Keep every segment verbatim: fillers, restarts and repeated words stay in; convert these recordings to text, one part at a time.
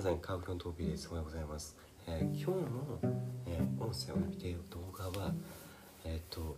さん、カウキョントーピーです。おはようございます。えー、今日の、えー、音声を見ている動画は、えっ、ー、と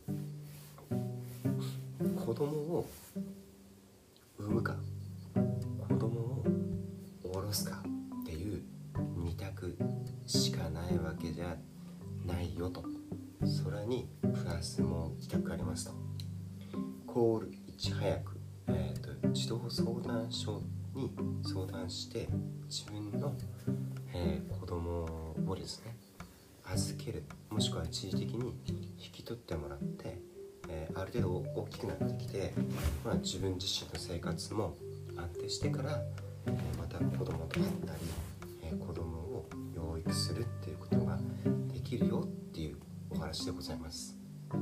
子供を産むか子供を下ろすかっていう二択しかないわけじゃないよと。それにプラスもう企画ありますと。コールいち早く、えー、と児童相談所に相談して自分の、えー、子供をですね預ける、もしくは一時的に引き取ってもらって、えー、ある程度大きくなってきて、まあ、自分自身の生活も安定してから、えー、また子供と会ったり、えー、子供を養育するっていうことができるよっていうお話でございます。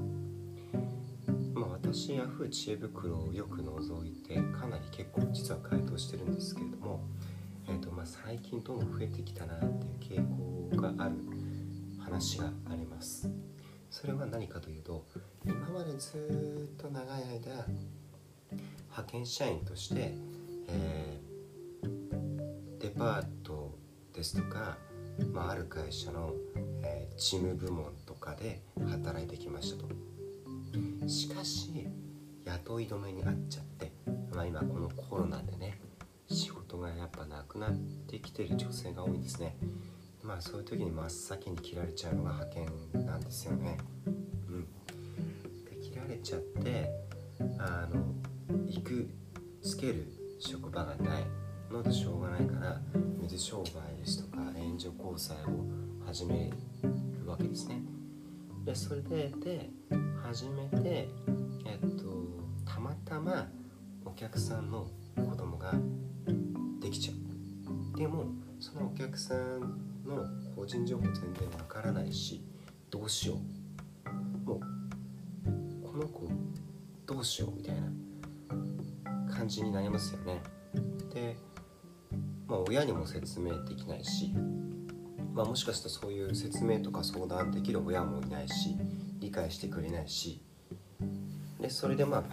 まあ、私ヤフー知恵袋をよく覗いてかなり結構実は回答してるんですけれども、えーとまあ、最近どんどん増えてきたなっていう傾向がある話があります。それは何かというと、今までずっと長い間派遣社員として、えー、デパートですとか、まあ、ある会社の、えー、事務部門とかで働いてきましたと。しかし雇い止めにあっちゃって、まあ、今このコロナでね仕事がやっぱなくなってきてる女性が多いんですね。まあそういう時に真っ先に切られちゃうのが派遣なんですよね。うん。で切られちゃってあの行くつける職場がないのでしょうがないから水商売ですとか援助交際を始めるわけですね。でそれでで始めて、えっと、たまたまお客さんの子供ができちゃう。でもそのお客さんの個人情報全然わからないし、どうしよう、もうこの子どうしようみたいな感じになりますよね。で、まあ、親にも説明できないし、まあ、もしかしたらそういう説明とか相談できる親もいないし、理解してくれないし、でそれでまあ、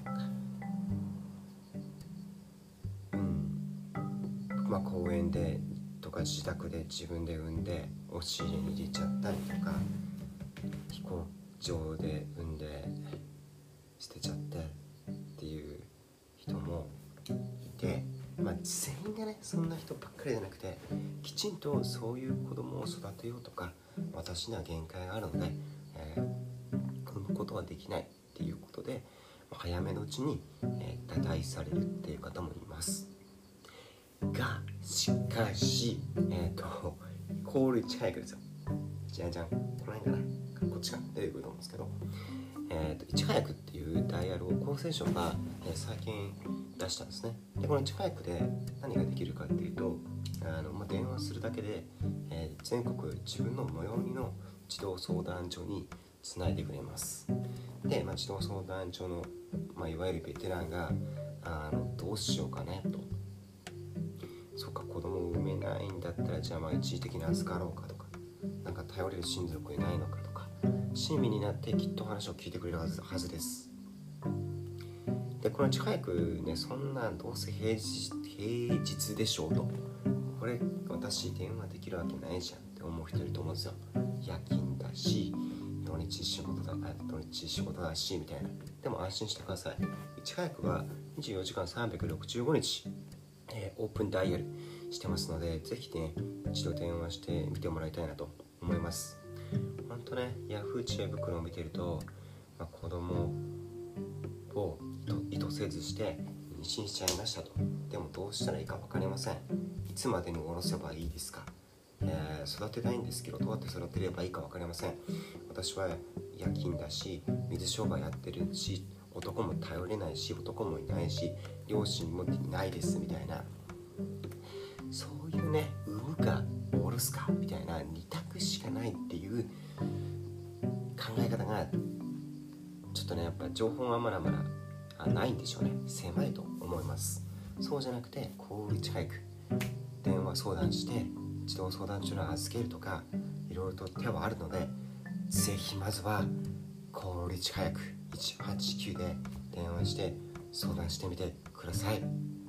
うんまあ、公園でとか自宅で自分で産んで押し入れに入れちゃったりとか、飛行場で産んで捨てちゃってっていう人もいて、まあ、全員がねそんな人ばっかりじゃなくて、きちんとそういう子供を育てようとか、私には限界があるので、えー、このことはできないっていうことで早めのうちに、えー、堕胎されるっていう方もいますが、しかし、えー、とコールいち早くですよ。じゃんじゃん、この辺かな、こっちが出てくると思うんですけど、えー、といち早くっていうダイヤルを厚生省が、えー、最近出したんですね。でこのいち早くで何ができるかっていうと、あの、まあ、電話するだけで、えー、全国自分の最寄りの児童相談所につないでくれます。で、まあ、児童相談所の、まあ、いわゆるベテランがあのどうしようかねと、そうか子供を産めないんだったらじゃあまあ一時的に預かろうかとか、なんか頼れる親族いないのかとか、親身になってきっと話を聞いてくれるはず、はずです。でこのいち早くね、そんなどうせ平日、平日でしょうと、これ私電話できるわけないじゃんって思う人いると思うんですよ。夜勤だし土日仕事だ土日仕事だしみたいな。でも安心してください。いち早くはにじゅうよじかんさんびゃくろくじゅうごにち、えー、オープンダイヤルしてますので、ぜひね一度電話してみてもらいたいなと思います。ほんとね、ヤフー知恵袋を見てると、まあ、子供を意図せずして妊娠しちゃいましたと。でもどうしたらいいか分かりません。いつまでに下ろせばいいですか。えー、育てたいんですけどどうやって育てればいいか分かりません。私は夜勤だし水商売やってるし、男も頼れないし男もいないし両親もいないですみたいな、そういうね、産むか下ろすかみたいな二択しかないっていう考え方がちょっとね、やっぱ情報がまだまだないんでしょうね。狭いと思います。そうじゃなくてコールいち早く電話相談して児童相談所に預けるとか、いろいろと手はあるので、ぜひまずはコールいち早くいちはちきゅうで電話して相談してみてください。